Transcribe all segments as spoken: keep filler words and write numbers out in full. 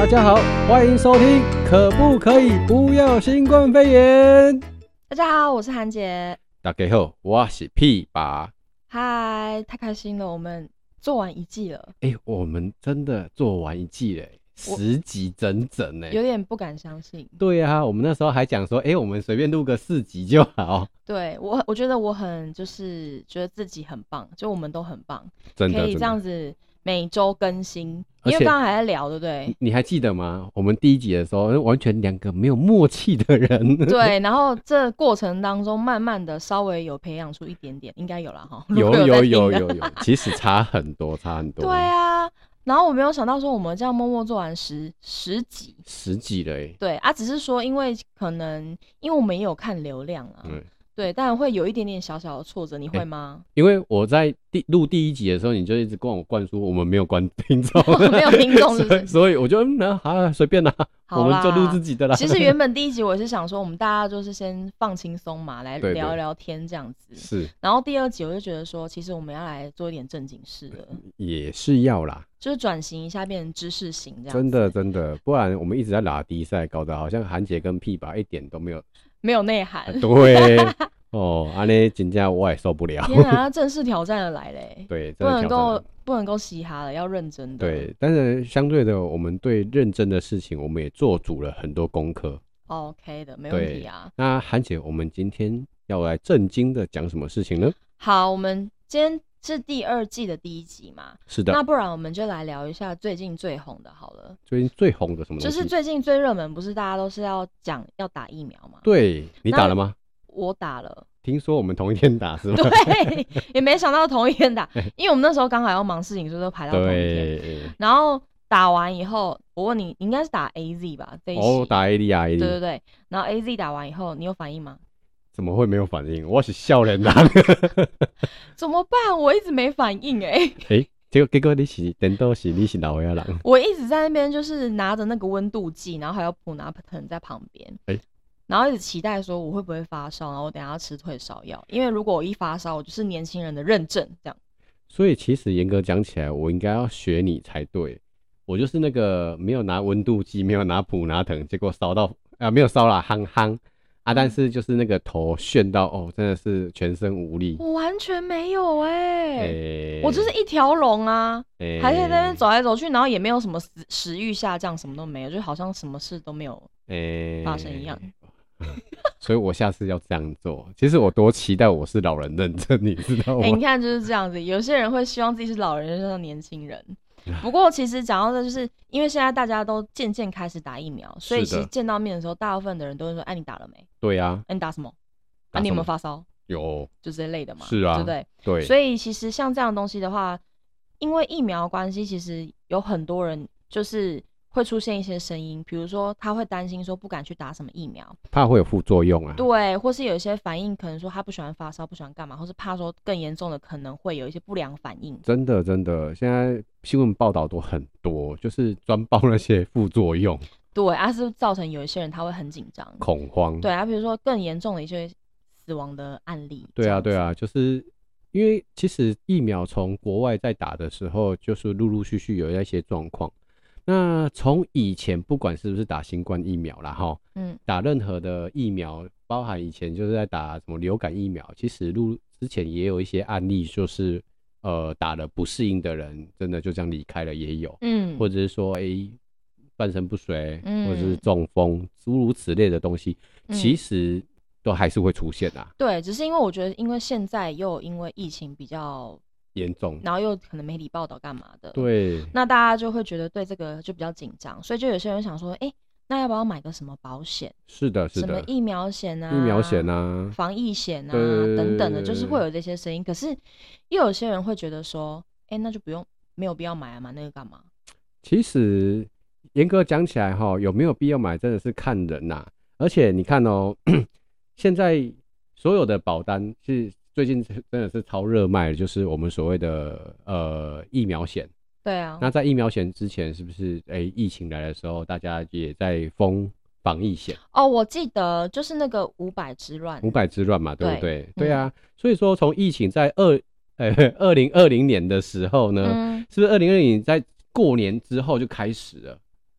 大家好，欢迎收听可不可以不要新冠肺炎。 大家好，我是韩姐。 大家好，我是屁爸。 嗨，太开心了，我们做完一季了。 哎、欸，我们真的做完一季了，十集整整呢， 有点不敢相信。 对啊，我们那时候还讲说，哎、欸，我们随便录个四集就好。 对我，我觉得我很就是觉得自己很棒，就我们都很棒， 真的可以这样子每周更新。因为刚刚还在聊，对不对？ 你还记得吗？我们第一集的时候，完全两个没有默契的人。 对，然后这过程当中，慢慢的稍微有培养出一点点，应该有啦哈。 有有有有有有，其实差很多，差很多。 对啊，然后我没有想到说我们这样默默做完十十集， 十集了哎。 对啊，只是说因为可能因为我们也有看流量啊。嗯，对，但会有一点点小小的挫折，你会吗？ 欸、因为我在第录第一集的时候，你就一直跟我灌输我们没有观听众， 没有听众，是不是？ 所以我就嗯好随便啦，我们就录自己的啦。 其实原本第一集我是想说，我们大家就是先放轻松嘛，来聊一聊天这样子。 对对是。 然后第二集我就觉得说，其实我们要来做一点正经事了。 也是要啦， 就是转型一下，变成知识型这样子。 真的真的，不然我们一直在拉低赛，搞得好像韩姐跟屁爸一点都没有没有内涵。 啊、对。哦，安尼真正我也受不了。 天啊，正式挑战了来嘞！ 对， 不能够不能够嘻哈了，要认真的。 对，但是相对的，我们对认真的事情，我们也做足了很多功课。 OK 的，没问题啊。 那韩姐，我们今天要来正经的讲什么事情呢？ 好，我们今天是第二季的第一集嘛？ 是的。 那不然我们就来聊一下最近最红的好了。 最近最红的什么东西？ 就是最近最热门，不是大家都是要讲要打疫苗吗？ 对，你打了吗？ 我打了。 听说我们同一天打是吗？ 对，也没想到同一天打，因为我们那时候刚好要忙事情，所以都排到同一天。对。然后打完以后，我问你，你应该是打 A Z 吧？这一期哦，打 A D 啊 ，A D。 对对对。然后 A Z 打完以后，你有反应吗？ 怎么会没有反应？我是笑人的。 怎么办？我一直没反应哎、欸。 哎、欸，结果结果你是等到是你是老岁人。 我一直在那边就是拿着那个温度计，然后还有普拿疼在旁边。哎、欸。然后一直期待说我会不会发烧，然后我等一下要吃退烧药，因为如果我一发烧，我就是年轻人的认证这样。 所以其实严格讲起来，我应该要学你才对。我就是那个没有拿温度计，没有拿普拿疼，结果烧到啊没有烧啦，夯夯啊，但是就是那个头眩到哦，真的是全身无力。 我完全没有哎、欸欸， 我就是一条龙啊，欸、还可以在那边走来走去，然后也没有什么食欲下降，什么都没有，就好像什么事都没有发生一样。欸所以我下次要这样做。其实我多期待我是老人认证，你知道吗？ 欸、你看就是这样子，有些人会希望自己是老人，就像年轻人。不过其实讲到的就是因为现在大家都渐渐开始打疫苗，所以其实见到面的时候，大部分的人都会说：“哎、啊，你打了没？” 对啊， 哎、啊，你打什么？啊，你有没有发烧？ 有， 就这类的嘛。 是啊， 对不对？ 对。 所以其实像这样的东西的话，因为疫苗关系，其实有很多人就是会出现一些声音，比如说他会担心说不敢去打什么疫苗， 怕会有副作用啊。 对，或是有一些反应，可能说他不喜欢发烧，不喜欢干嘛，或是怕说更严重的可能会有一些不良反应。 真的真的，现在新闻报道都很多，就是专报那些副作用。 对啊，是造成有一些人他会很紧张、 恐慌。 对啊，比如说更严重的一些死亡的案例。 对啊对啊，就是因为其实疫苗从国外在打的时候，就是陆陆续续有一些状况。那从以前不管是不是打新冠疫苗啦齁，嗯，打任何的疫苗，包含以前就是在打什么流感疫苗，其实陆之前也有一些案例，就是呃打了不适应的人，真的就这样离开了也有，嗯，或者是说哎、欸、半身不遂，嗯，或者是中风，诸如此类的东西，嗯，其实都还是会出现啊。 对，只是因为我觉得，因为现在又因为疫情比较严重， 然后又可能媒体报道干嘛的， 对， 那大家就会觉得对这个就比较紧张，所以就有些人想说，哎、欸，那要不要买个什么保险？ 是的，是的， 什么疫苗险啊、 疫苗险啊、 防疫险啊等等的，就是会有这些声音。可是又有些人会觉得说，哎、欸，那就不用，没有必要买啊，买那个干嘛？ 其实严格讲起来哈，有没有必要买，真的是看人呐、啊。而且你看哦，现在所有的保单是。最近真的是超热卖的，就是我们所谓的呃疫苗险。 对啊。 那在疫苗险之前，是不是哎、欸、疫情来的时候，大家也在封防疫险？ 哦，我记得就是那个五百之乱。 五百之乱嘛，对不对？对, 对啊、嗯。所以说，从疫情在二呃二零二零年的时候呢，嗯、是不是二零二零年在过年之后就开始了？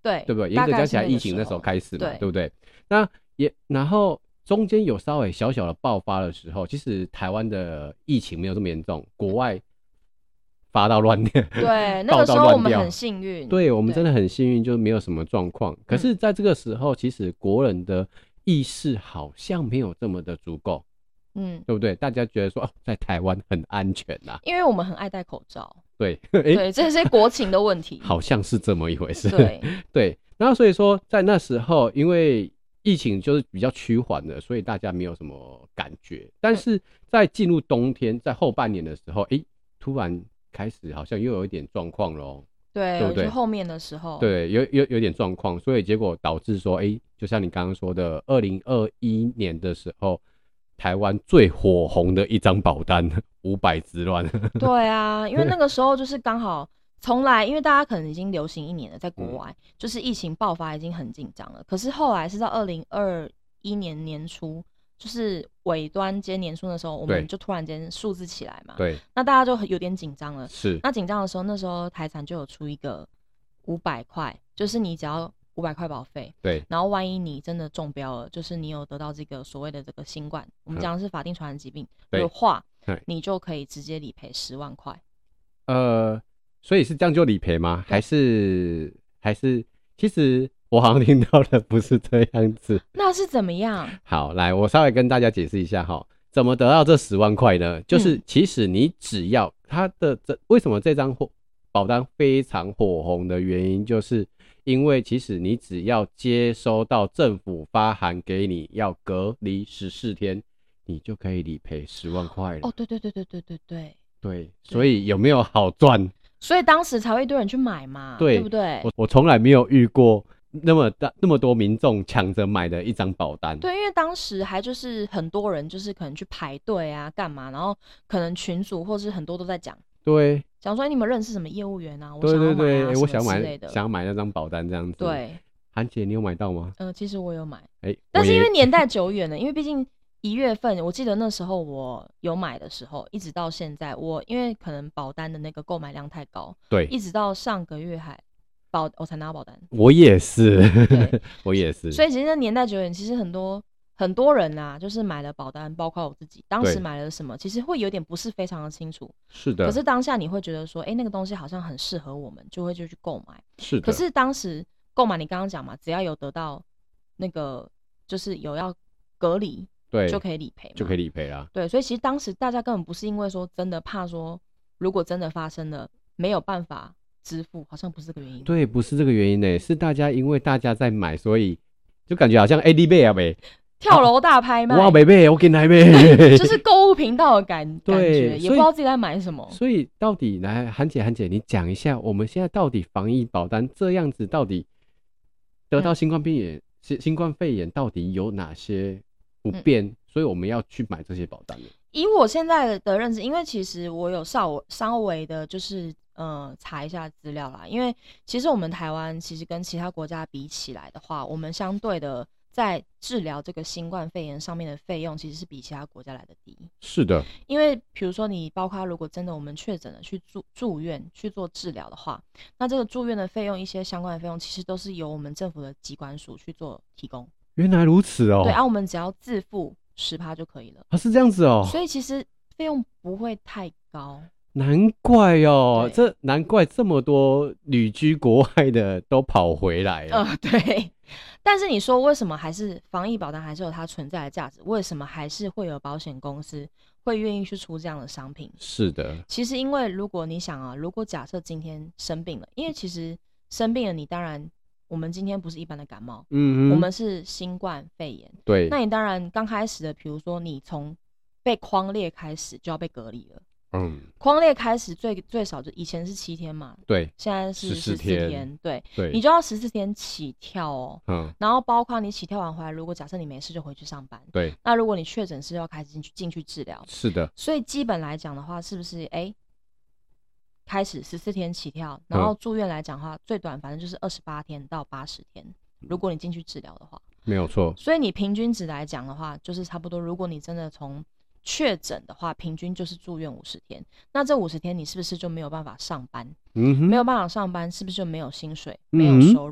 对对不对？严格讲起来，疫情那时候开始嘛，对, 对不对？那也然后中间有稍微小小的爆发的时候，其实台湾的疫情没有这么严重，国外发到乱掉， 对，那个时候我们很幸运， 对我们真的很幸运，就没有什么状况。可是在这个时候，其实国人的意识好像没有这么的足够。嗯，对不对？大家觉得说哦，在台湾很安全啦， 因为我们很爱戴口罩。 对， 对，这是国情的问题， 好像是这么一回事。 对对，然后所以说在那时候，因为疫情就是比较趋缓的，所以大家没有什么感觉。但是在进入冬天，在后半年的时候，哎，突然开始好像又有一点状况咯。 对， 对不对？ 后面的时候， 对，有有有点状况，所以结果导致说，哎，就像你刚刚说的，二零二一年的时候。台湾最火红的一张保单，五百之乱。 对啊，因为那个时候就是刚好从来，因为大家可能已经流行一年了，在国外、嗯、就是疫情爆发已经很紧张了。可是后来是到二零二一年年初，就是尾端接年初的时候，我们就突然间数字起来嘛。 对， 那大家就有点紧张了。 是， 那紧张的时候，那时候台产就有出一个五百块，就是你只要五百块保费， 对， 然后万一你真的中标了，就是你有得到这个所谓的这个新冠，我们讲的是法定传染疾病的话，你就可以直接理赔十万块。 呃，所以是这样就理赔吗？还是还是？其实我好像听到的不是这样子。 那是怎么样？ 好，来，我稍微跟大家解释一下哈，怎么得到这十万块呢？就是其实你只要它的这为什么这张保单非常火红的原因，就是因为其实你只要接收到政府发函给你要隔离十四天，你就可以理赔十万块了。 哦，对对对对对对对对，所以有没有好赚？ 所以当时才会一堆人去买嘛， 对, 对不对？ 我我从来没有遇过那么大那么多民众抢着买的一张保单。 对，因为当时还就是很多人就是可能去排队啊，干嘛，然后可能群组或是很多都在讲， 对， 讲说你们认识什么业务员啊？ 对对对， 我想要买、啊、 我想买之类的， 想要买那张保单这样子。 对， 韩姐，你有买到吗？ 嗯、呃，其实我有买， 哎、欸， 但是因为年代久远了，因为毕竟。一月份，我记得那时候我有买的时候，一直到现在，我因为可能保单的那个购买量太高， 对， 一直到上个月还保我才拿到保单。 我也是，对，我也是。 所以其实年代久远，其实很多很多人啊，就是买了保单，包括我自己，当时买了什么，其实会有点不是非常的清楚。 是的。 可是当下你会觉得说，哎、欸，那个东西好像很适合我们，就会就去购买。 是的。 可是当时购买，你刚刚讲嘛，只要有得到那个，就是有要隔离。 对， 就可以理赔， 就可以理赔啦。 对，所以其实当时大家根本不是因为说真的怕说，如果真的发生了没有办法支付，好像不是这个原因。 对，不是这个原因呢，是大家因为大家在买，所以就感觉好像哎，你买啊没？ 跳楼大拍卖， 我没买，我给你买， 就是购物频道的感感觉，也不知道自己在买什么。 所以到底来，韩姐，韩姐，你讲一下，我们现在到底防疫保单这样子，到底得到新冠肺炎、嗯、新冠肺炎到底有哪些？不变、嗯，所以我们要去买这些保单。 以我现在的认知，因为其实我有稍稍微的，就是呃查一下资料啦。因为其实我们台湾其实跟其他国家比起来的话，我们相对的在治疗这个新冠肺炎上面的费用，其实是比其他国家来的低。 是的， 因为比如说你包括如果真的我们确诊了去住住院去做治疗的话，那这个住院的费用一些相关的费用，其实都是由我们政府的疾管署去做提供。 原来如此哦。 对啊，我们只要自付十趴就可以了。 啊，是这样子哦。 所以其实费用不会太高。 难怪哦，这难怪这么多旅居国外的都跑回来了。 呃，对。但是你说为什么还是防疫保单还是有它存在的价值？为什么还是会有保险公司会愿意去出这样的商品？ 是的。 其实因为如果你想啊，如果假设今天生病了，因为其实生病了，你当然。我们今天不是一般的感冒，嗯，我们是新冠肺炎。 对， 那你当然刚开始的，比如说你从被匡列开始就要被隔离了。嗯，匡列开始最最少就以前是七天嘛， 对， 现在是十四天，对， 对， 你就要十四天起跳哦。嗯，然后包括你起跳完回来，如果假设你没事就回去上班， 对， 那如果你确诊是要开始进去进去治疗， 是的。 所以基本来讲的话，是不是哎？欸开始十四天起跳，然后住院来讲的话，嗯、最短反正就是二十八天到八十天。如果你进去治疗的话， 没有错。所以你平均值来讲的话，就是差不多。如果你真的从确诊的话，平均就是住院五十天。那这五十天你是不是就没有办法上班？嗯哼，没有办法上班，是不是就没有薪水、没有收入？ 嗯、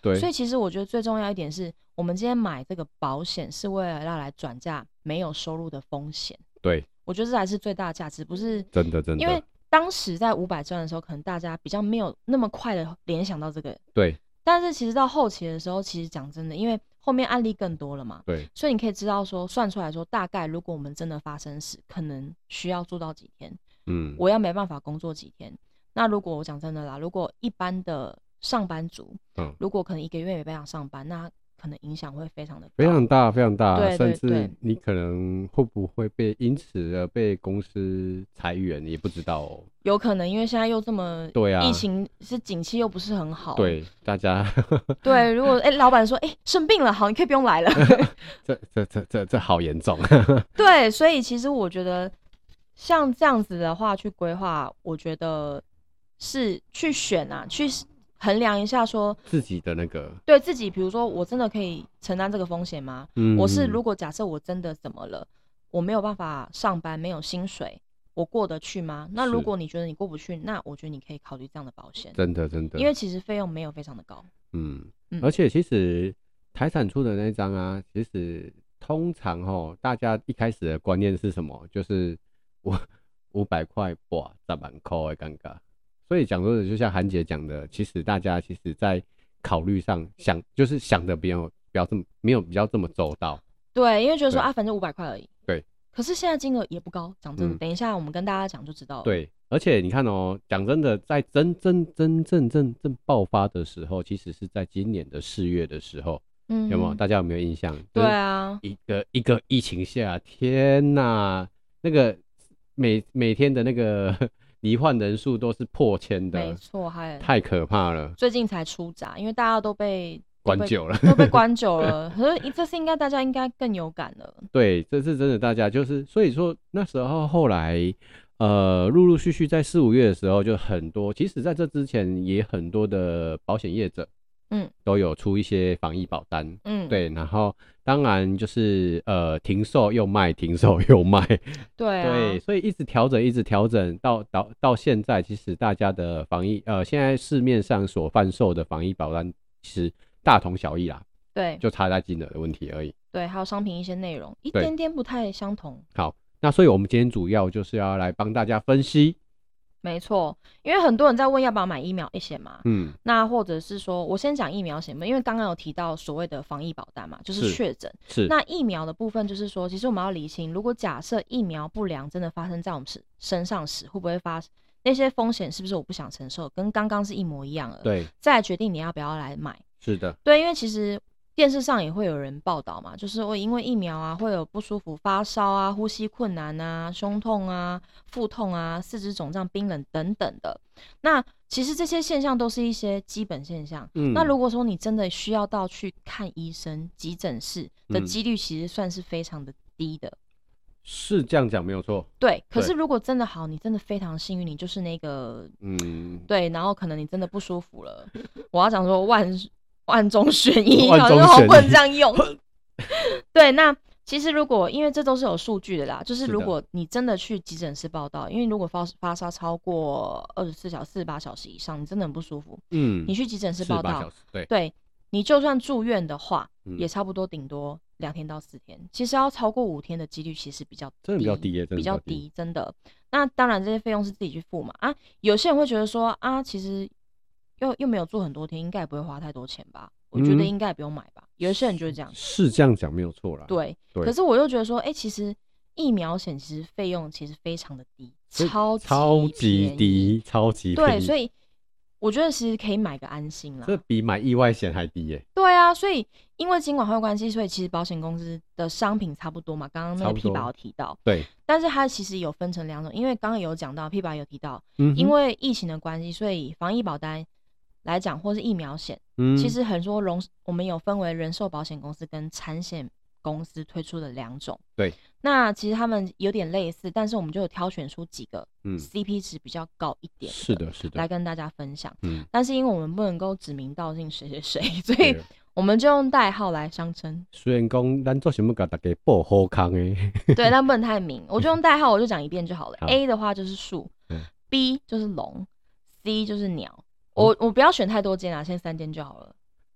对， 所以其实我觉得最重要一点是，我们今天买这个保险是为了要来转嫁没有收入的风险。 对， 我觉得这才是最大的价值，不是真的真的。 因为当时在五百赚的时候，可能大家比较没有那么快的联想到这个。 对。 但是其实到后期的时候，其实讲真的，因为后面案例更多了嘛， 对， 所以你可以知道说，算出来说，大概如果我们真的发生时，可能需要做到几天，嗯，我要没办法工作几天。那如果我讲真的啦，如果一般的上班族，嗯，如果可能一个月没办法上班，那可能影响会非常的非常大，非常大， 对对对， 甚至你可能会不会被因此而被公司裁员，也不知道哦。 有可能，因为现在又这么对啊，疫情是景气又不是很好， 对大家对，如果哎、欸、老板说哎、欸、生病了，好，你可以不用来了， 这这这这这好严重。 对，所以其实我觉得像这样子的话去规划，我觉得是去选啊，去衡量一下说自己的那个对自己，比如说我真的可以承担这个风险吗？嗯，我是如果假设我真的怎么了，我没有办法上班，没有薪水，我过得去吗？那如果你觉得你过不去，那我觉得你可以考虑这样的保险。 真的真的， 因为其实费用没有非常的高。嗯嗯，而且其实台产出的那张啊，其实通常齁，大家一开始的观念是什么？就是五五百块哇，十万块的尴尬。所以讲说的，就像韩姐讲的，其实大家其实在考虑上想，就是想的比较比较这么没有比较这么周到。 对，因为觉得说啊，反正五百块而已。 对。 可是现在金额也不高，讲真的、嗯，等一下我们跟大家讲就知道了。 对，而且你看哦，讲真的，在真真真正正正爆发的时候，其实是在今年的四月的时候，嗯，有没有？大家有没有印象？ 对啊， 一个一个疫情下，天哪，那个每每天的那个罹患人数都是破千的， 没错，还太可怕了。 最近才出闸，因为大家都被。 关久了， 都被关久了。可是这次应该大家应该更有感了。 对，这次真的大家就是，所以说那时候后来，呃，陆陆续续在四五月的时候，就很多，其实在这之前也很多的保险业者，嗯，都有出一些防疫保单，嗯，对，然后当然就是呃停售又卖，停售又卖， 对、啊、 对，所以一直调整，一直调整到到到现在，其实大家的防疫，呃，现在市面上所贩售的防疫保单，其实大同小异啦， 对， 就差在金额的问题而已。 对，还有商品一些内容一点点不太相同。 好，那所以我们今天主要就是要来帮大家分析。 没错，因为很多人在问要不要买疫苗险嘛，嗯，那或者是说我先讲疫苗险嘛，因为刚刚有提到所谓的防疫保单嘛，就是确诊。 是。 那疫苗的部分就是说，其实我们要厘清，如果假设疫苗不良真的发生在我们身上时，会不会发生？那些风险是不是我不想承受，跟刚刚是一模一样的？ 对， 再来决定你要不要来买。 是的， 对，因为其实电视上也会有人报道嘛，就是会因为疫苗啊会有不舒服、发烧啊、呼吸困难啊、胸痛啊、腹痛啊、四肢肿胀、冰冷等等的。那其实这些现象都是一些基本现象。嗯，那如果说你真的需要到去看医生、急诊室的几率，其实算是非常的低的。 是这样讲没有错， 对。可是如果真的好，你真的非常幸运，你就是那个，嗯，对，然后可能你真的不舒服了，我要讲说万万中选一，好像不能这样用。对，那其实如果因为这都是有数据的啦，就是如果你真的去急诊室报到，因为如果发发烧超过二十四小时、四十八小时以上，你真的很不舒服，嗯，你去急诊室报到， 对对，你就算住院的话，嗯、也差不多顶多两天到四天，其实要超过五天的几率其实比较低， 真的比较低耶， 比较低，真的。那当然这些费用是自己去付嘛，啊，有些人会觉得说啊，其实又又没有住很多天，应该也不会花太多钱吧？我觉得应该也不用买吧。嗯、有一些人就是这样， 是这样讲没有错啦。 对，可是我又觉得说，哎、欸，其实疫苗险其实费用其实非常的低，超级超级低，超级便宜。 对，所以。我觉得其实可以买个安心啦， 这比买意外险还低耶、欸。 对啊，所以因为金管会有关系，所以其实保险公司的商品差不多嘛。刚刚那个 P 保有提到， 对， 但是它其实有分成两种，因为刚刚有讲到 P 保有提到、嗯，因为疫情的关系，所以防疫保单来讲，或是疫苗险、嗯，其实很多人我们有分为人寿保险公司跟产险公司推出的两种。 对， 那其实他们有点类似，但是我们就有挑选出几个 C P 值比较高一点的、 嗯、是的是的来跟大家分享、嗯、但是因为我们不能够指名道姓谁谁谁，所以我们就用代号来相称。 虽然说咱做什么给大家报好康的对，但不能太明，我就用代号，我就讲一遍就好了。A 的话就是树、嗯、B 就是龙， C 就是鸟、哦、我我不要选太多间啦，先三间就好了。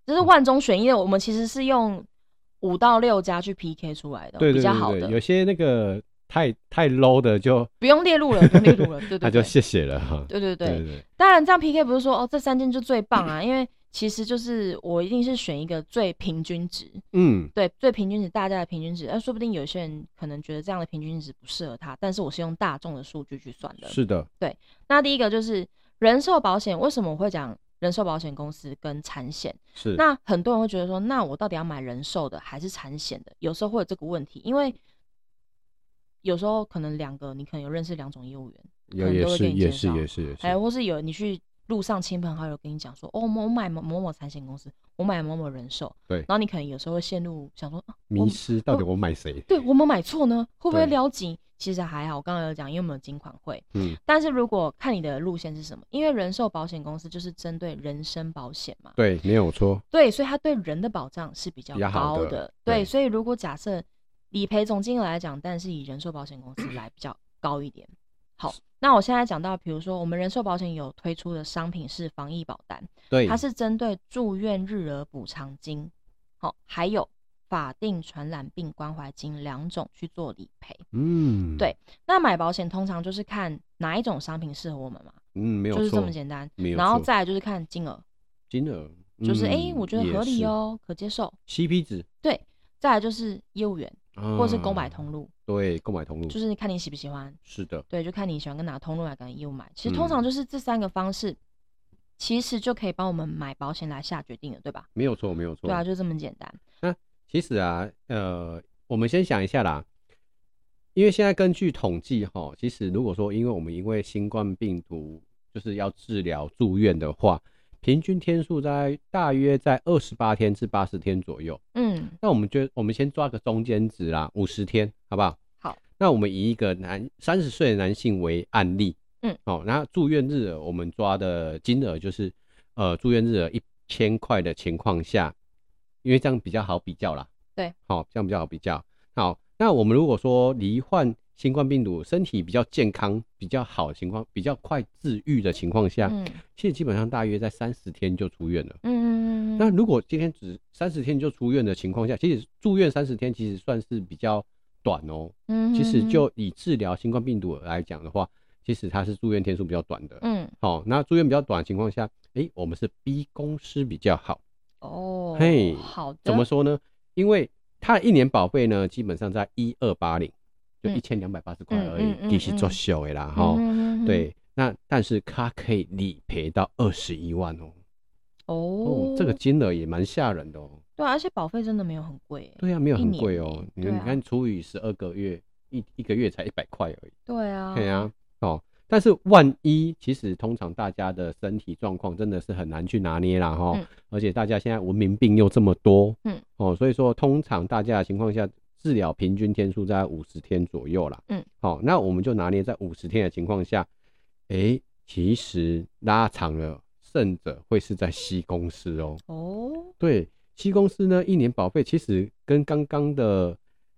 这是万中选一的。我们其实是用五到六家去 P K 出来的， 对对对对， 比较好的。 有些那个太太 low 的就不用列入了，不用列入了，对对对， 他就谢谢了哈。 对对对， 对对对， 当然这样 P K 不是说哦这三间就最棒啊，因为其实就是我一定是选一个最平均值，嗯，对，最平均值，大家的平均值，那说不定有些人可能觉得这样的平均值不适合他，但是我是用大众的数据去算的。 是的， 对。那第一个就是人寿保险，为什么我会讲人寿保险公司跟产险？ 是。那很多人会觉得说，那我到底要买人寿的还是产险的？有时候会有这个问题，因为有时候可能两个你可能有认识两种业务员， 有也是也是也是也是， 哎，或是有你去路上亲朋好友跟你讲说，哦，我买某某产险公司，我买某某人寿， 对， 然后你可能有时候会陷入想说，啊、 迷失，到底我买谁？ 对，我没买错呢，会不会撩紧？其实还好，我刚刚有讲，因为我们有金款会，嗯，但是如果看你的路线是什么，因为人寿保险公司就是针对人身保险嘛， 对，没有错， 对，所以它对人的保障是比较高的， 的对，对，所以如果假设理赔总金额来讲，但是以人寿保险公司来比较高一点。好，那我现在讲到，比如说我们人寿保险有推出的商品是防疫保单， 对， 它是针对住院日额补偿金，好，还有法定传染病关怀金两种去做理赔。嗯，对。那买保险通常就是看哪一种商品适合我们嘛，嗯，没有错，就是这么简单。然后再来就是看金额， 金额就是哎、嗯欸，我觉得合理哦，可接受 ，C P 值。 对，再来就是业务员。或者是购买通路， 对，购买通路就是看你喜不喜欢， 是的， 对，就看你喜欢跟哪个通路来跟业务买。其实通常就是这三个方式，嗯、其实就可以帮我们买保险来下决定了，对吧？ 没有错，没有错， 对啊，就这么简单。 那其实啊，呃，我们先想一下啦，因为现在根据统计哈，其实如果说因为我们因为新冠病毒就是要治疗住院的话。平均天数在大约在二十八天至八十天左右。嗯，那我们就我们先抓个中间值啦，五十天，好不好？ 好。 那我们以一个男三十岁的男性为案例。嗯，好、哦，那住院日额我们抓的金额就是呃住院日额一千块的情况下，因为这样比较好比较啦。 对， 好、哦，这样比较好比较。好，那我们如果说罹患新冠病毒身体比较健康比较好的情况，比较快治愈的情况下，嗯，其实基本上大约在三十天就出院了。嗯，那如果今天只三十天就出院的情况下，其实住院三十天其实算是比较短哦。嗯，其实就以治疗新冠病毒来讲的话，其实它是住院天数比较短的。嗯，好、哦，那住院比较短的情况下，哎、欸，我们是 B 公司比较好。 哦，嘿，好的。 怎么说呢？因为它的一年保费呢，基本上在一二八零。就一千两百八十块而已，其实做小的啦哈、嗯。对，那但是它可以理赔到二十一万哦。哦，哦这个金额也蛮吓人的哦。 对、啊，而且保费真的没有很贵。 对啊，没有很贵哦。你看，啊、你看除以十二个月，一一个月才一百块而已。 对啊。 对啊，哦，但是万一其实通常大家的身体状况真的是很难去拿捏啦哈、嗯，而且大家现在文明病又这么多，嗯，哦，所以说通常大家的情况下。治疗平均天数在五十天左右啦，嗯，好、哦，那我们就拿捏在五十天的情况下，哎、欸，其实拉长了，胜者会是在 C 公司哦。哦，对 ，C 公司呢，一年保费其实跟刚刚的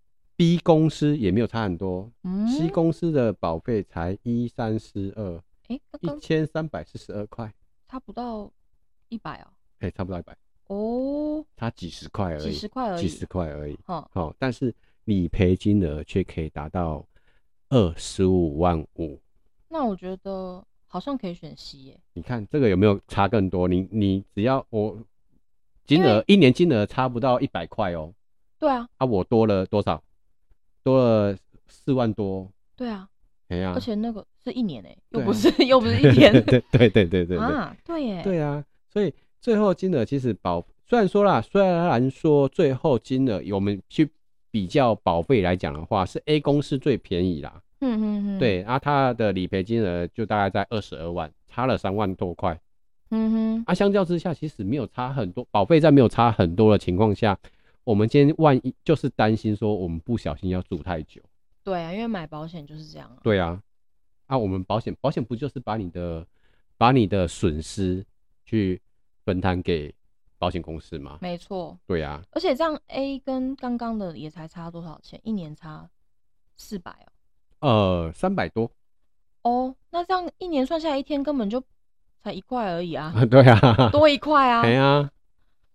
B 公司也没有差很多，嗯、C 公司的保费才一三四二，哎，一千三百四十二块， 差不到一百哦， 哎、欸，差不到一百。哦，差几十块而已， 几十块而已， 几十块而已。好、哦，但是理赔金额却可以达到二十五万五。 那我觉得好像可以选 C 耶。 你看这个有没有差更多？你你只要我金额一年金额差不到一百块哦。 对啊。 啊，我多了多少？多了四万多。 对啊。 哎呀、啊， 而且那个是一年哎，又不是、啊、又不是一天。 对对对对对啊，对耶。 对啊，所以。最后金额其实保虽然说啦，虽然说最后金额我们去比较保费来讲的话，是 A 公司最便宜啦。嗯嗯嗯。对，然后它的理赔金额就大概在二十二万，差了三万多块。嗯哼。啊，相较之下，其实没有差很多，保费在没有差很多的情况下，我们今天万一就是担心说我们不小心要住太久。 对啊，因为买保险就是这样啊。 对啊。啊，我们保险保险不就是把你的把你的损失去分摊给保险公司吗？ 没错， 对啊， 而且这样 A 跟刚刚的也才差多少钱？一年差四百哦，呃，三百多。 哦，那这样一年算下来，一天根本就才一块而已啊。 对啊， 多一块啊。 对啊，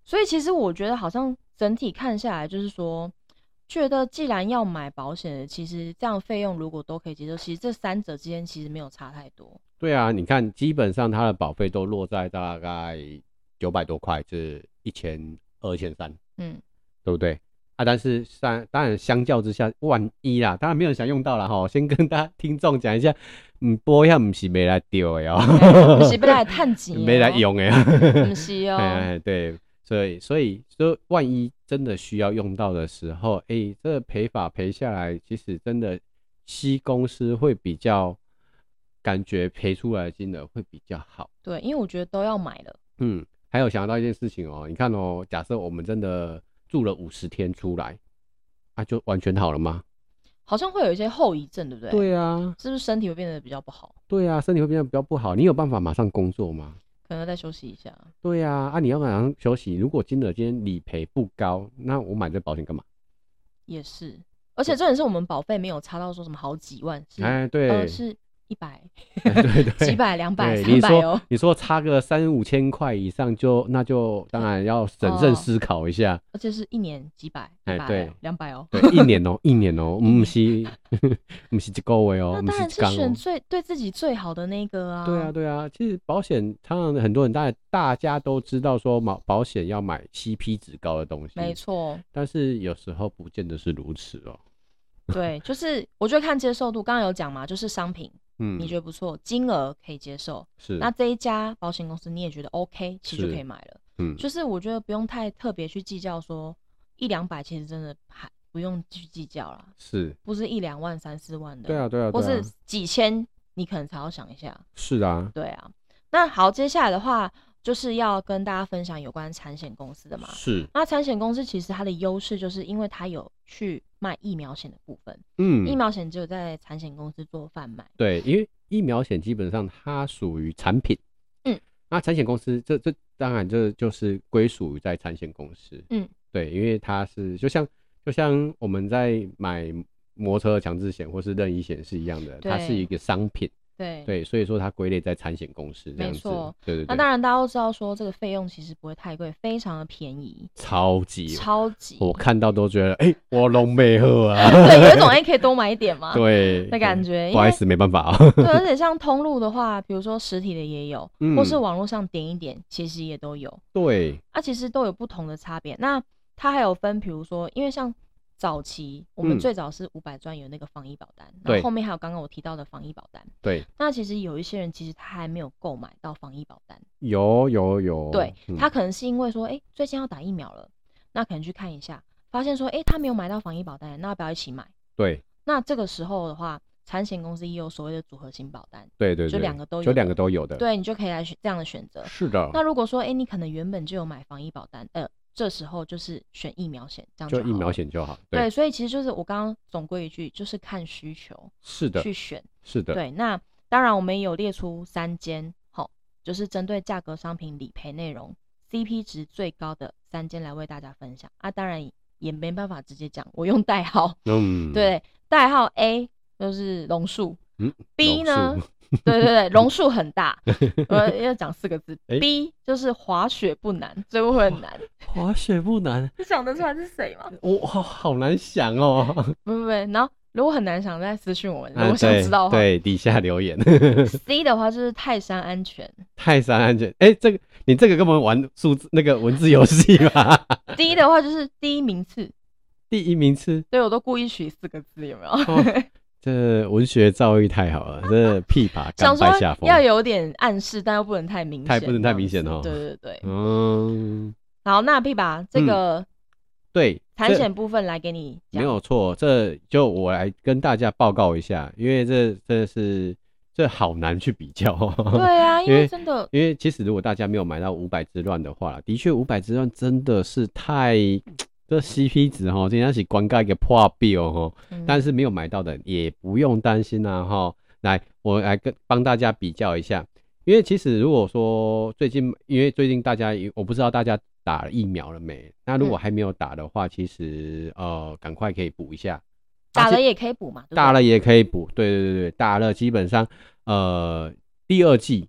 所以其实我觉得好像整体看下来，就是说，觉得既然要买保险的，其实这样费用如果都可以接受，其实这三者之间其实没有差太多。 对啊，你看基本上它的保费都落在大概九百多块，就是一千二、一千三，嗯，对不对？啊，但是当然相较之下，万一啦，当然没有人想用到啦齁。先跟大家听众讲一下，嗯，保险不是没来丢的哦， 不是没来探钱， 没来用的， 不是哦。 哎，对，所以所以说，万一真的需要用到的时候，哎、欸，这个赔法赔下来，其实真的 C 公司会比较感觉赔出来的金额会比较好。 对，因为我觉得都要买了。 嗯，还有想到一件事情哦，你看哦，假设我们真的住了五十天出来，啊，就完全好了吗？ 好像会有一些后遗症，对不对？ 对啊， 是不是身体会变得比较不好？ 对啊，身体会变得比较不好。你有办法马上工作吗？ 可能再休息一下。 对啊，啊，你要马上休息。如果金额今天理赔不高，那我买这保险干嘛？ 也是，而且这也是我们保费没有差到说什么好几万，是哎，对， 呃是。一百， 对对， 几百、两百、三百哦。 你说差个三五千块以上就，那就当然要审慎思考一下。哦、 而且是一年几百， 哎，对， 两百哦。 对，一年哦，一年哦，不是，不是一个月哦， 那当然是选最对自己最好的那个啊。 对啊，对啊，其实保险，常常很多人，当然大家都知道说保保险要买 C P 值高的东西， 没错。但是有时候不见得是如此哦。 对，就是我觉得看接受度，刚刚有讲嘛，就是商品。嗯，你觉得不错，金额可以接受，是那这一家保险公司你也觉得 OK， 其实就可以买了。嗯，就是我觉得不用太特别去计较说一两百，其实真的还不用去计较啦。是，不是一两万、三四万的？ 对啊，对啊， 或是几千，你可能才要想一下。 是啊， 对啊。那好，接下来的话就是要跟大家分享有关产险公司的嘛。 是， 那产险公司其实它的优势就是因为它有去卖疫苗险的部分。嗯，疫苗险只有在产险公司做贩卖。 对，因为疫苗险基本上它属于产品。嗯，那产险公司这这当然这就是归属于在产险公司。嗯，对，因为它是就像就像我们在买摩托车强制险或是任意险是一样的，它是一个商品。对对，所以说它归类在产险公司这样子。没错，对对对。 那当然大家都知道说这个费用其实不会太贵，非常的便宜， 超级超级。 我看到都觉得，哎、欸，我拢没喝啊。 对，有一种哎、欸、可以多买一点嘛， 对的感觉。 不好意思，没办法啊。 对，而且像通路的话，比如说实体的也有，嗯、或是网络上点一点，其实也都有。 对， 啊，其实都有不同的差别。那它还有分，比如说，因为像。早期我们最早是五百专有那个防疫保单，嗯、然后后面还有刚刚我提到的防疫保单。 对， 那其实有一些人其实他还没有购买到防疫保单。 有有有。 对、嗯、他可能是因为说，哎、欸，最近要打疫苗了，那可能去看一下，发现说，哎、欸，他没有买到防疫保单，那要不要一起买？ 对。 那这个时候的话，产险公司也有所谓的组合型保单。 对对对， 就两个都有， 就两个都有的。 对，你就可以来这样的选择。 是的。 那如果说，哎、欸，你可能原本就有买防疫保单，呃。这时候就是选疫苗险，这样 就, 就疫苗险就好。 对，对，所以其实就是我刚刚总归一句，就是看需求， 是的， 去选， 是的。 对，那当然我们也有列出三间，好，就是针对价格、商品、理赔内容 C P 值最高的三间来为大家分享啊。当然也没办法直接讲，我用代号，嗯，对，代号 A 就是榕树，嗯 ，B 呢？对对对，榕树很大，我要讲四个字、欸、B 就是滑雪不难，所以会很难。 滑雪不难， 你想得出来是谁吗？ 我好好难想哦。 不不不，然后如果很难想，再私讯我们，如果想知道的话， 啊、对, 对底下留言。 C 的话就是泰山安全， 泰山安全，哎、欸，这个你这个跟我们玩数字那个文字游戏吧。 D 的话就是第一名次， 第一名次， 对我都故意取四个字，有没有？ 哦这文学造诣太好了，这琵琶甘拜下风。 要有点暗示，但又不能太明显， 太不能太明显哦。 对对对，嗯。好，那琵琶这个、嗯、 对产险部分来给你讲， 没有错，这就我来跟大家报告一下，因为这这是这好难去比较。 对啊，因为真的， 因为其实如果大家没有买到五百之乱的话，的确五百之乱真的是太。这 C P 值齁，真的是关盖一个破表齁，但是没有买到的也不用担心啊齁。来，我来跟帮大家比较一下，因为其实如果说最近，因为最近大家，我不知道大家打了疫苗了没？那如果还没有打的话，嗯、其实呃，赶快可以补一下。 打了也可以补嘛？对对打了也可以补，对对对对，打了基本上呃第二剂。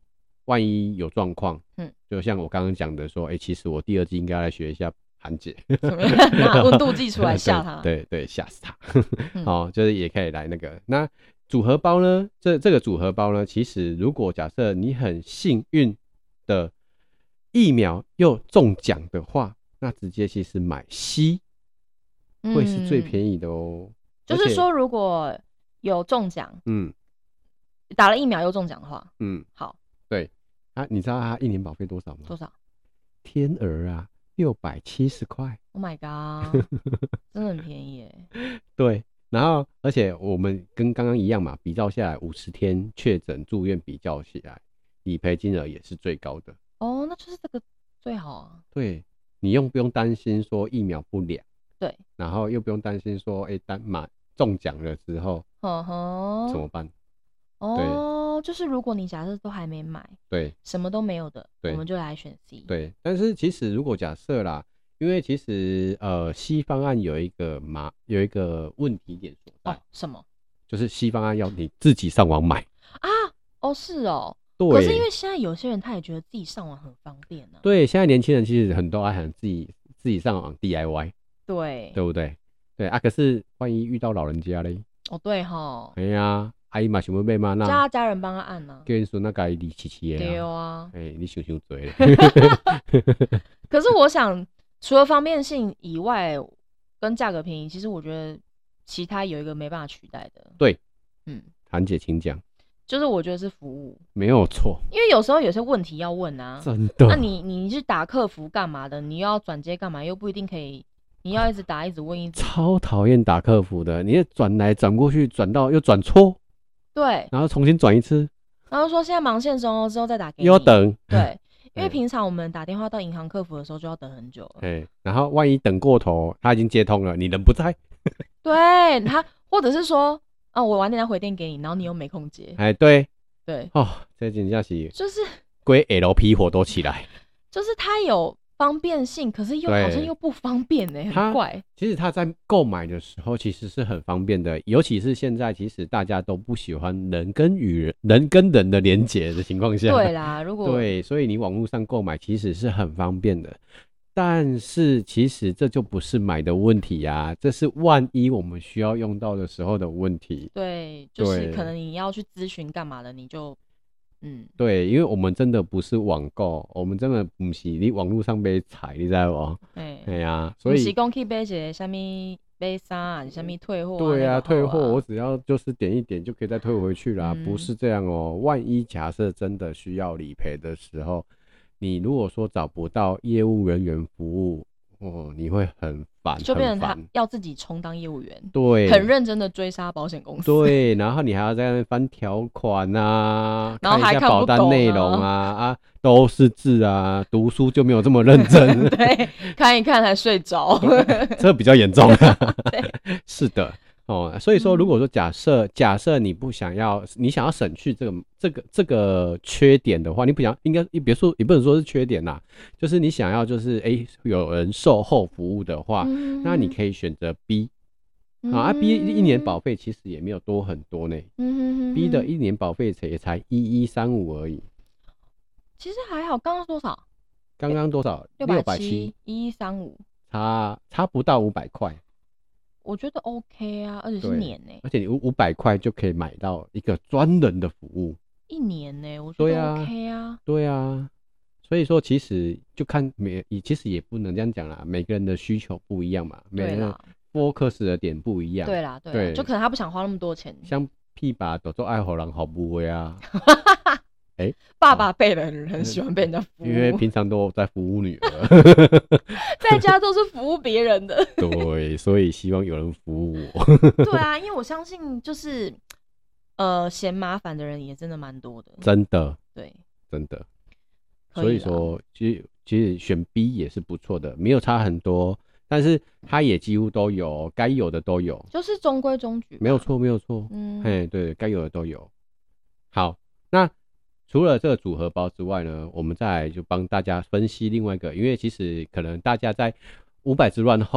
万一有状况， 嗯， 就像我刚刚讲的说，哎、欸，其实我第二季应该来学一下韩姐， 拿温度计出来吓他， 对对，吓死他。好、嗯，就是也可以来那个。那组合包呢？这这个组合包呢，其实如果假设你很幸运的疫苗又中奖的话，那直接其实买 C 会是最便宜的哦。 嗯、就是说，如果有中奖， 嗯， 打了疫苗又中奖的话， 嗯， 好， 对啊，你知道他一年保费多少吗？ 多少？ 天鹅啊，六百七十块。 Oh my god， 真的很便宜耶。 对，然后而且我们跟刚刚一样嘛，比较下来五十天确诊住院比较起来，理赔金额也是最高的。 哦，那就是这个最好啊。 对，你用不用担心说疫苗不良？ 对， 然后又不用担心说，哎、欸，单买中奖了之后， 呵呵， 怎么办？ 哦，就是如果你假设都还没买， 对， 什么都没有的，我们就来选 C。 对，但是其实如果假设啦，因为其实呃 C 方案有一个麻有一个问题点所在， 哦，什么？ 就是 C 方案要你自己上网买啊。哦，是哦。 对。 可是因为现在有些人他也觉得自己上网很方便啊。 对，现在年轻人其实很多爱很自己自己上网 D I Y。 对。 对不对？对啊，可是万一遇到老人家嘞？ 哦，对齁。 哎呀、啊，阿姨嘛想要买嘛，那叫他家人帮他按啊， 叫因孙那家理七七的。 对啊。 哎、欸，你想想多了。 可是我想，除了方便性以外，跟价格便宜，其实我觉得其他有一个没办法取代的。 对， 嗯， 韩姐请讲。 就是我觉得是服务， 没有错， 因为有时候有些问题要问啊， 真的。 那你你去打客服干嘛的？你又要转接干嘛？又不一定可以，你要一直打，一直问，一直。 超讨厌打客服的，你转来转过去，转到又转错， 对， 然后重新转一次， 然后说现在忙线中哦，之后再打给你， 又要等。 对，因为平常我们打电话到银行客服的时候就要等很久了。 哎，然后万一等过头，他已经接通了，你人不在。 对他，或者是说，啊，我晚点再回电给你，然后你又没空接。 哎，对。 对哦，这真的是就是归 L P 火都起来， 就是它有方便性，可是又好像又不方便呢、欸，很怪。 其实他在购买的时候其实是很方便的，尤其是现在其实大家都不喜欢人跟与人、人跟人的连结的情况下， 对啦，如果对，所以你网络上购买其实是很方便的。但是其实这就不是买的问题啊，这是万一我们需要用到的时候的问题。 对，就是可能你要去咨询干嘛的，你就嗯， 对，因为我们真的不是网购，我们真的不是你网络上买菜，你知道不？ 哎， 对呀，所以不是讲去买一个什么买衫啊，什么退货、啊。 对啊， 啊退货我只要就是点一点就可以再退回去啦， 嗯、 不是这样哦。万一假设真的需要理赔的时候，你如果说找不到业务人员服务，哦，你会很烦， 就变成他要自己充当业务员， 对， 很认真的追杀保险公司， 对，然后你还要在那边翻条款啊， 然后还看一下保单内容啊， 啊， 都是字啊，读书就没有这么认真， 对，看一看还睡着， 这比较严重啊，是的。哦，所以说，如果说假设、嗯、假设你不想要，你想要省去这个这个这个缺点的话，你不想应该也别说也不能说是缺点啦，就是你想要就是哎、欸、有人售后服务的话，嗯、那你可以选择 B， 嗯、啊 B 一年保费其实也没有多很多呢，嗯、B 的一年保费也才一一三五而已， 其实还好。刚刚多少？ 刚刚多少？ 六百七，一一三五，差差不到五百块。 我觉得 OK 啊，而且是年呢、欸， 而且你五百块就可以买到一个专人的服务， 一年呢、欸，我觉得 OK 啊， 对啊，所以说其实就看每，其实也不能这样讲啦，每个人的需求不一样嘛，每个人 focus 的点不一样， 对啦，对啦，对，就可能他不想花那么多钱， 像屁爸都做爱好人好不会啊。欸、 爸爸辈的人很喜欢被人家服务， 因为平常都在服务女儿， 在家都是服务别人的。 对，所以希望有人服务我。 对啊，因为我相信就是呃嫌麻烦的人也真的蛮多的， 真的， 对， 真的。所以说，其实其实选 B 也是不错的，没有差很多，但是它也几乎都有，该有的都有， 就是中规中矩， 没有错，没有错。嗯，嘿，对，该有的都有。好，那。除了这个组合包之外呢，我们再来就帮大家分析另外一个，因为其实可能大家在五百之乱后，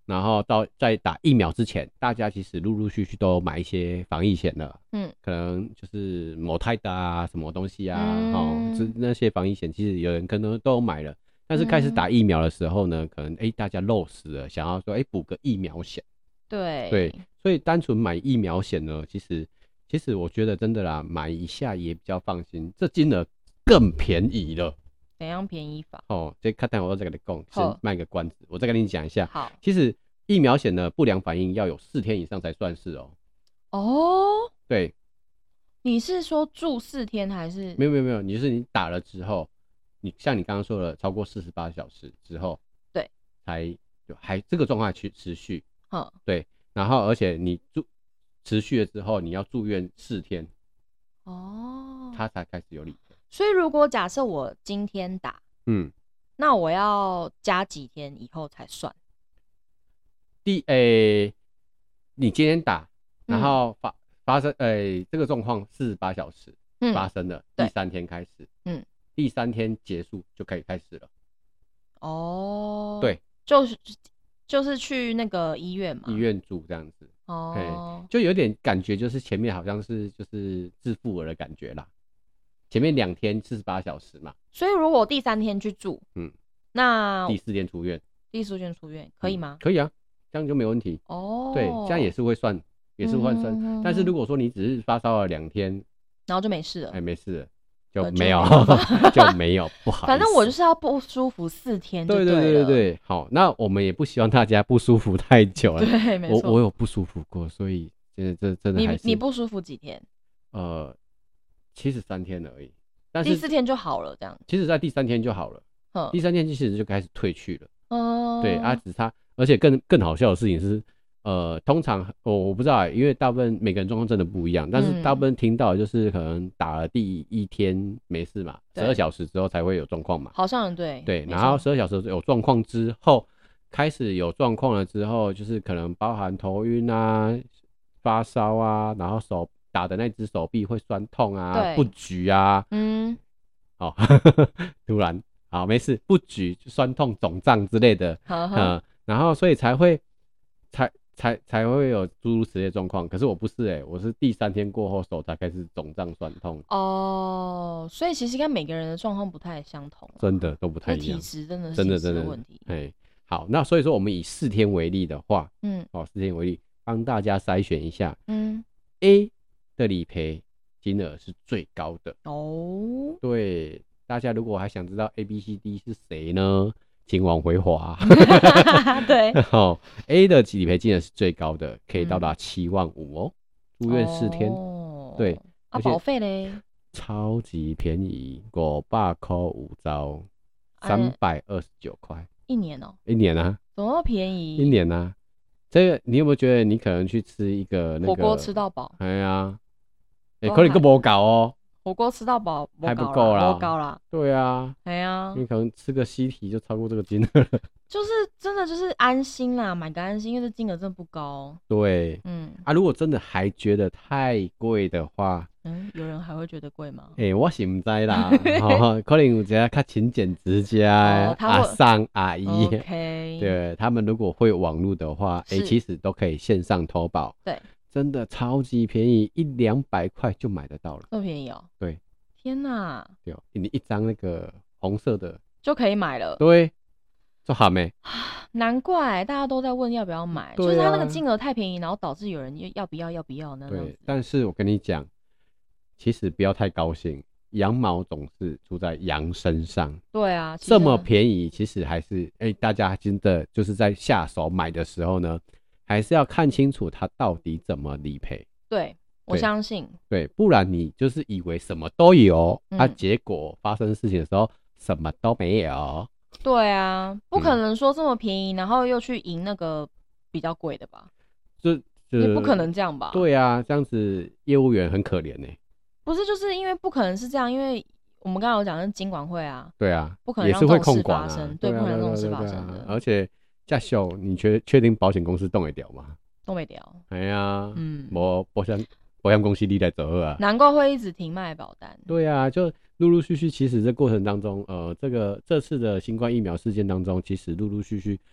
然后到在打疫苗之前，大家其实陆陆续续都有买一些防疫险了，嗯，可能就是某泰达啊，什么东西啊，嗯、哦，那些防疫险其实有人可能都有买了，但是开始打疫苗的时候呢，可能哎大家漏失了，想要说哎补个疫苗险， 对对，所以单纯买疫苗险呢，其实其实我觉得真的啦，买一下也比较放心，这金额更便宜了。 怎样便宜法？ 哦，这看待我再跟你讲，先卖个关子，我再跟你讲一下。 好， 其实疫苗险的不良反应要有四天以上才算是哦。 哦， 对， 你是说住四天还是？ 没有没有没有，你就是你打了之后，你像你刚刚说的，超过四十八小时之后， 对， 才就还这个状况去持续。 嗯， 对，然后而且你住持续了之后，你要住院四天，哦，他才开始有理赔。 所以如果假设我今天打，嗯，那我要加几天以后才算？ 第诶、欸，你今天打，然后发、嗯、发生诶、欸、这个状况四十八小时发生了，嗯、第三天开始，嗯，第三天结束就可以开始了。哦，对， 就是就是去那个医院嘛， 医院住这样子，哦，就有点感觉就是前面好像是就是自付额的感觉啦。前面两天四十八小时嘛， 所以如果我第三天去住，嗯，那第四天出院， 第四天出院可以吗？ 嗯、可以啊，这样就没问题。哦，对，这样也是会算，也是换算、嗯。但是如果说你只是发烧了两天， 然后就没事了， 哎、欸，没事了，就没有，就没有，不好意思。 反正我就是要不舒服四天就对了。 对对对对对，好，那我们也不希望大家不舒服太久了。 对，没错。 我我有不舒服过，所以这这真的还是你你不舒服几天？ 呃，七十三天而已。但是第四天就好了，这样。 其实，在第三天就好了。第三天其实就开始退去了。哦。对啊，只差，而且更更好笑的事情是，呃，通常我我不知道、欸，因为大部分每个人状况真的不一样，但是大部分听到的就是可能打了第一天没事嘛，十二小时之后才会有状况嘛。 好像对。 对，然后十二小时有状况之后，开始有状况了之后，就是可能包含头晕啊、发烧啊，然后手。打的那只手臂会酸痛啊，不举啊，嗯，好、哦，突然好没事，不举酸痛、肿胀之类的，嗯，然后所以才会才才才会有诸如此类的状况。可是我不是哎、欸，我是第三天过后手才开始肿胀酸痛。 哦，所以其实跟每个人的状况不太相同、啊， 真的都不太一样， 体质真的是真的真的问题。 哎，好，那所以说我们以四天为例的话，嗯，哦，四天为例，帮大家筛选一下，嗯 ，A。的理赔金额是最高的哦。对，大家如果还想知道 A、B、C、D 是谁呢，请往回滑。 对， 哦 ，A 的理赔金额是最高的，可以到达七万五哦，住院四天。哦、对， 啊，保费嘞？ 超级便宜，五百块五招，三百二十九块。 一年哦？ 一年啊？ 怎么那么便宜？ 一年啊？这个你有没有觉得你可能去吃一个那个火锅吃到饱？ 哎呀。哎、欸，可能更不够哦， 火锅吃到饱还不够啦， 不够啦。 对啊， 哎呀， 你可能吃个西提就超过这个金额了。 就是真的就是安心啦，买个安心，因为这金额真的不高。 对，嗯啊，如果真的还觉得太贵的话， 嗯，有人还会觉得贵吗？ 哎、欸，我是不知啦，哦、可能有一些较勤俭持家的阿桑阿姨， okay、 对，他们如果会网络的话，哎、欸，其实都可以线上投保。 对。 真的超级便宜，一两百块就买得到了。 这么便宜哦？ 对， 天哪！ 对哦，你一张那个红色的就可以买了。 对，做好没？ 难怪大家都在问要不要买，啊、就是它那个金额太便宜，然后导致有人要不要要不要呢？ 对，但是我跟你讲，其实不要太高兴，羊毛总是出在羊身上。 对啊， 这么便宜，其实还是哎、欸，大家真的就是在下手买的时候呢。还是要看清楚它到底怎么理赔。 对，我相信。 对，不然你就是以为什么都有，嗯、啊，结果发生事情的时候什么都没有。 对啊，不可能说这么便宜，嗯、然后又去赢那个比较贵的吧？ 就就也不可能这样吧？ 对啊，这样子业务员很可怜呢、欸。 不是，就是因为不可能是这样，因为我们刚刚有讲的是金管会啊。 对啊， 不可能让这种事发生，对，不可能让这种事发生的， 而且。这小你确确定保险公司动得掉吗？ 动不掉。 哎呀，嗯，我保险保险公司你来走啊， 难怪会一直停卖保单。 对啊，就陆陆续续，其实这过程当中，呃，这个这次的新冠疫苗事件当中，其实陆陆续续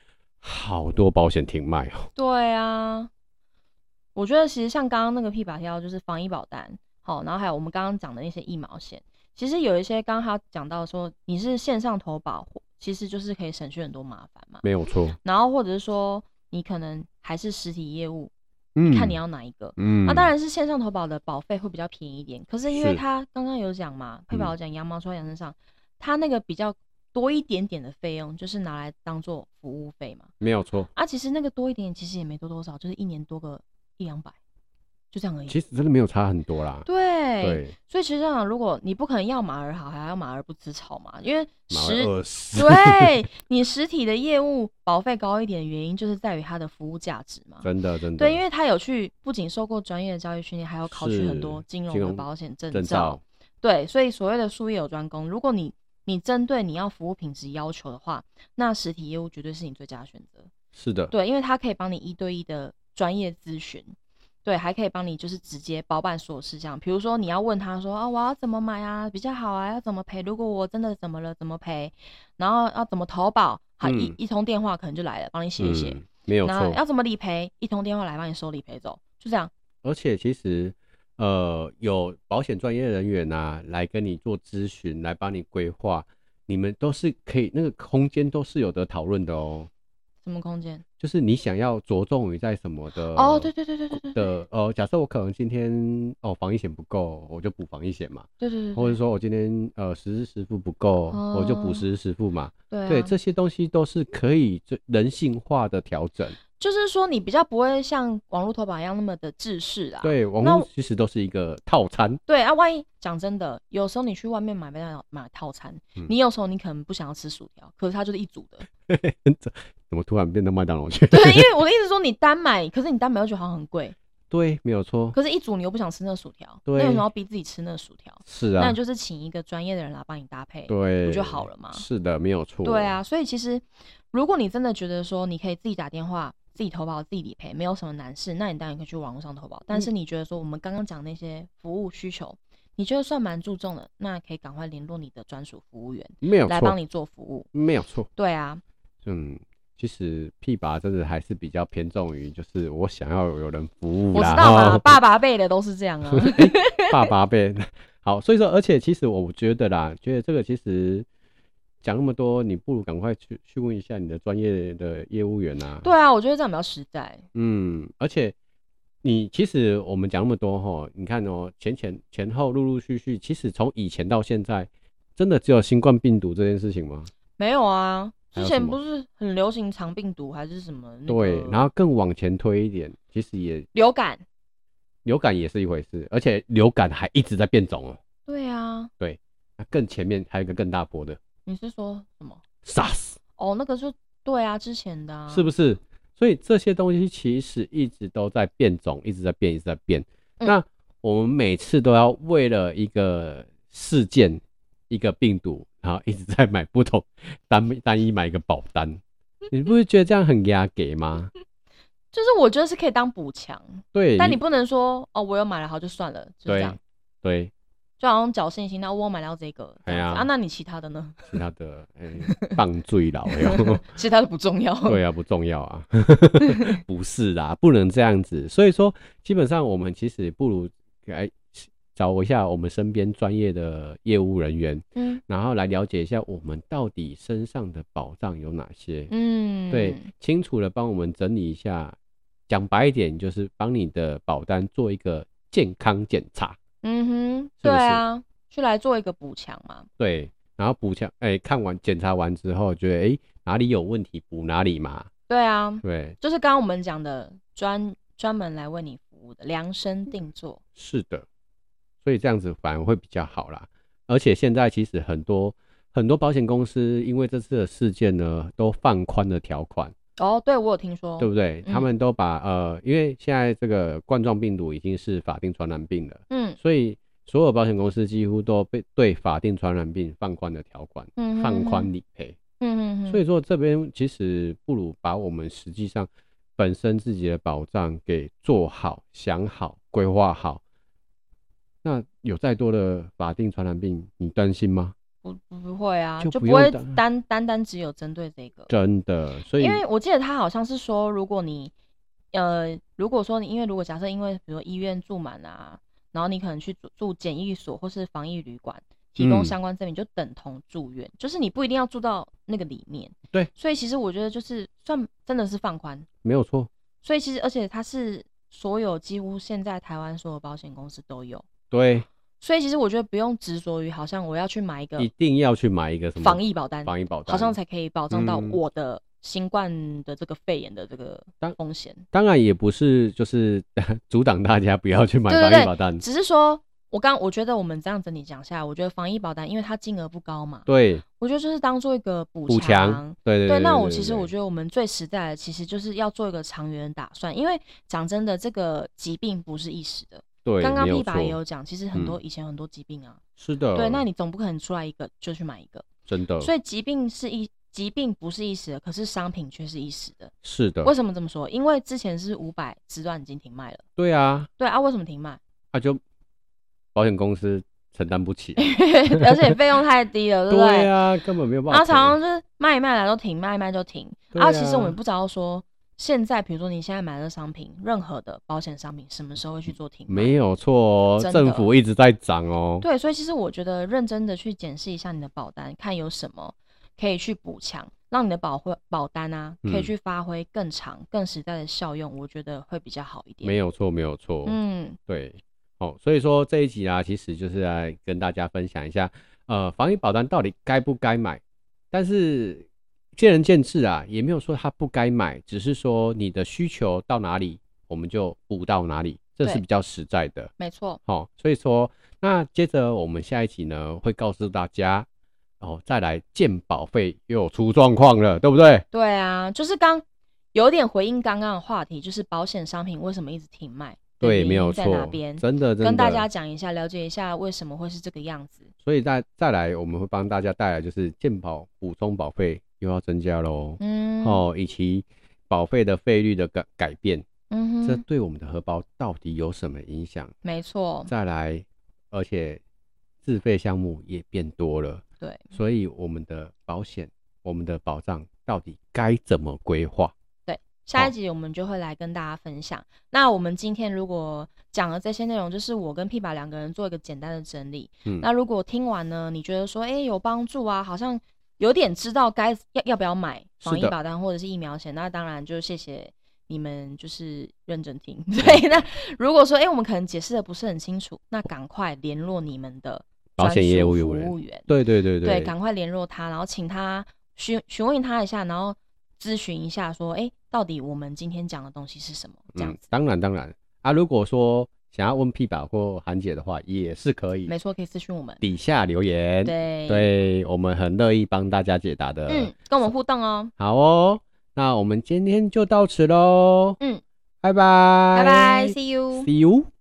好多保险停卖哦。 对啊，我觉得其实像刚刚那个屁把条就是防疫保单，好，然后还有我们刚刚讲的那些疫苗险，其实有一些刚刚他讲到说你是线上投保，其实就是可以省去很多麻烦嘛， 没有错。 然后或者是说你可能还是实体业务，嗯、你看你要哪一个？嗯，那、啊、当然是线上投保的保费会比较便宜一点，可是因为他刚刚有讲嘛，配保讲羊毛出在羊身上，他那个比较多一点点的费用就是拿来当做服务费嘛， 没有错。 啊，其实那个多一点其实也没多多少，就是一年多个一两百，就这样而已。 其实真的没有差很多啦。 对， 对， 所以其实这样，如果你不可能要马儿好，还要马儿不吃草嘛，因为实马儿饿死。 对你实体的业务保费高一点的原因，就是在于它的服务价值嘛。 真的真的。 对，因为他有去不仅受过专业的教育训练，还有考取很多金融的保险证照。证照对，所以所谓的术业有专攻，如果你你针对你要服务品质要求的话，那实体业务绝对是你最佳的选择。 是的， 对，因为它可以帮你一对一的专业咨询，对，还可以帮你就是直接包办所有事项。比如说你要问他说啊，我要怎么买啊比较好啊，要怎么赔？如果我真的怎么了怎么赔？然后要怎么投保？好、嗯，一一通电话可能就来了，帮你写一写、嗯， 没有错。 然后要怎么理赔？一通电话来帮你收理赔走，就这样。 而且其实呃，有保险专业人员啊来跟你做咨询，来帮你规划，你们都是可以，那个空间都是有得讨论的哦。 什么空间？ 就是你想要着重于在什么的哦，对对对对对对的呃，假设我可能今天哦防疫险不够，我就补防疫险嘛。 对对对。 或者说我今天呃实支实付不够、哦，我就补实支实付嘛。 对、啊、 对，这些东西都是可以人性化的调整。 就是说你比较不会像网络投保一样那么的制式啊。 对，网络其实都是一个套餐。 对啊，万一讲真的，有时候你去外面买麦当劳买套餐、嗯，你有时候你可能不想要吃薯条，可是它就是一组的。 怎么突然变到麦当劳去？ 对，因为我的意思说你单买，可是你单买又觉得好像很贵。 对，没有错。 可是一组你又不想吃那个薯条，那为什么要逼自己吃那个薯条？ 是啊， 那你就是请一个专业的人来帮你搭配， 对， 不就好了吗？ 是的，没有错。 对啊，所以其实如果你真的觉得说你可以自己打电话、自己投保、自己理赔，没有什么难事，那你当然可以去网络上投保。但是你觉得说我们刚刚讲那些服务需求，你觉得算蛮注重的，那可以赶快联络你的专属服务员， 没有错， 来帮你做服务， 没有错。 对啊， 嗯。其实屁拔真的还是比较偏重于，就是我想要有人服务啦。 我知道嘛，爸爸辈的都是这样啊。 欸、爸爸辈好，所以说，而且其实我觉得啦，觉得这个其实讲那么多，你不如赶快去去问一下你的专业的业务员啊。 对啊，我觉得这样比较实在。 嗯，而且你其实我们讲那么多齁，你看哦、喔，前前前后陆陆续续，其实从以前到现在，真的只有新冠病毒这件事情吗？ 没有啊。之前不是很流行肠病毒还是什么、那個？ 对，然后更往前推一点，其实也流感， 流感也是一回事，而且流感还一直在变种哦。 对啊， 对，那更前面还有一个更大波的。 你是说什么 ？SARS。 哦，那个就对啊，之前的、啊、 是不是？所以这些东西其实一直都在变种，一直在变，一直在变。嗯、那我们每次都要为了一个事件、一个病毒。然后一直在买不同单单一买一个保单，你不会觉得这样很压给吗？ 就是我觉得是可以当补强， 对， 但你不能说哦，我有买了好就算了，就这样。 对，对就好像侥幸心，那我买到这个，哎呀啊，那你其他的呢？ 其他的放最老哟， 其他的不重要。 对啊，不重要啊，不是啦，不能这样子。所以说，基本上我们其实不如来找一下我们身边专业的业务人员，嗯，然后来了解一下我们到底身上的保障有哪些，嗯，对，清楚的帮我们整理一下。讲白一点，就是帮你的保单做一个健康检查， 嗯哼，对啊，去来做一个补强嘛。 对，然后补强，哎、欸，看完检查完之后，觉得哎、欸、哪里有问题补哪里嘛。 对啊， 对， 就是刚刚我们讲的专专门来为你服务的量身定做。是的。所以这样子反而会比较好啦，而且现在其实很多很多保险公司因为这次的事件呢，都放宽了条款。 哦，对，我有听说， 对不对？嗯、他们都把呃，因为现在这个冠状病毒已经是法定传染病了，嗯，所以所有保险公司几乎都被对法定传染病放宽了条款，嗯，放宽理赔，嗯嗯，所以说这边其实不如把我们实际上本身自己的保障给做好、想好、规划好。那有再多的法定传染病，你担心吗？ 不不会啊， 就就不会单单单只有针对这个。 真的，所以因为我记得他好像是说，如果你呃，如果说你因为如果假设因为比如说医院住满啊，然后你可能去住住检疫所或是防疫旅馆，提供相关证明，就等同住院，嗯、就是你不一定要住到那个里面。 对， 所以其实我觉得就是算真的是放宽， 没有错。 所以其实而且它是所有几乎现在台湾所有保险公司都有。 对。 所以其实我觉得不用执着于好像我要去买一个一定要去买一个什么防疫保单， 防疫保单好像才可以保障到我的新冠的这个肺炎的这个风险。 当然也不是就是阻挡大家不要去买防疫保单， 对对对，只是说我刚我觉得我们这样整体讲下来，我觉得防疫保单因为它金额不高嘛， 对， 我觉得就是当做一个补补强。对对 对, 对, 对, 对, 对, 对。 那我其实我觉得我们最实在的其实就是要做一个长远打算，因为讲真的，这个疾病不是一时的。 对， 刚刚 P 爸也有讲，其实很多、嗯、以前很多疾病啊， 是的， 对，那你总不可能出来一个就去买一个， 真的。 所以疾病是一疾病不是一时的，可是商品却是一时的。 是的， 为什么这么说？因为之前是五百时段已经停卖了。 对啊， 对啊，为什么停卖？ 啊，就保险公司承担不起， 而且费用太低了，对不对？ 对啊，根本没有办法。 然后常常就是卖一卖来都停，卖一卖就停。然后、啊啊、其实我们不知道说。现在，比如说你现在买的商品，任何的保险商品，什么时候会去做停卖？ 没有错哦，政府一直在涨哦。 对，所以其实我觉得认真的去检视一下你的保单，看有什么可以去补强，让你的保保单啊可以去发挥更长、嗯、更实在的效用，我觉得会比较好一点。 没有错，没有错。 嗯， 对。哦，所以说这一集啊，其实就是来跟大家分享一下，呃，防疫保单到底该不该买，但是。见仁见智啊，也没有说他不该买，只是说你的需求到哪里，我们就补到哪里，这是比较实在的。 没错。 好、哦，所以说，那接着我们下一集呢，会告诉大家，哦，再来健保费又有出状况了，对不对？ 对啊，就是刚有点回应刚刚的话题，就是保险商品为什么一直停卖？ 对，没有错， 在哪边？ 真的，真的跟大家讲一下，了解一下为什么会是这个样子。 所以再再来，我们会帮大家带来就是健保补充保费。又要增加咯，嗯，哦，以及保费的费率的改改变，嗯哼，这对我们的荷包到底有什么影响？ 没错， 再来，而且自费项目也变多了， 对， 所以我们的保险、我们的保障到底该怎么规划？ 对，下一集我们就会来跟大家分享。哦、那我们今天如果讲的这些内容，就是我跟 P 爸两个人做一个简单的整理。嗯，那如果听完呢，你觉得说，哎、欸，有帮助啊，好像。有点知道该要要不要买防疫保单或者是疫苗险，那当然就谢谢你们就是认真听。对，那如果说哎、欸、我们可能解释的不是很清楚，那赶快联络你们的保险业务服务员。 对对对对， 对，赶快联络他，然后请他询询问他一下，然后咨询一下说，哎、欸，到底我们今天讲的东西是什么？这样子。 嗯、当然当然啊，如果说。想要问 P 爸或韩姐的话，也是可以， 没错，可以私讯我们， 底下留言， 对， 对我们很乐意帮大家解答的， 嗯，跟我们互动哦。 好哦，那我们今天就到此喽， 嗯， 拜拜， 拜拜 ，See you，See you。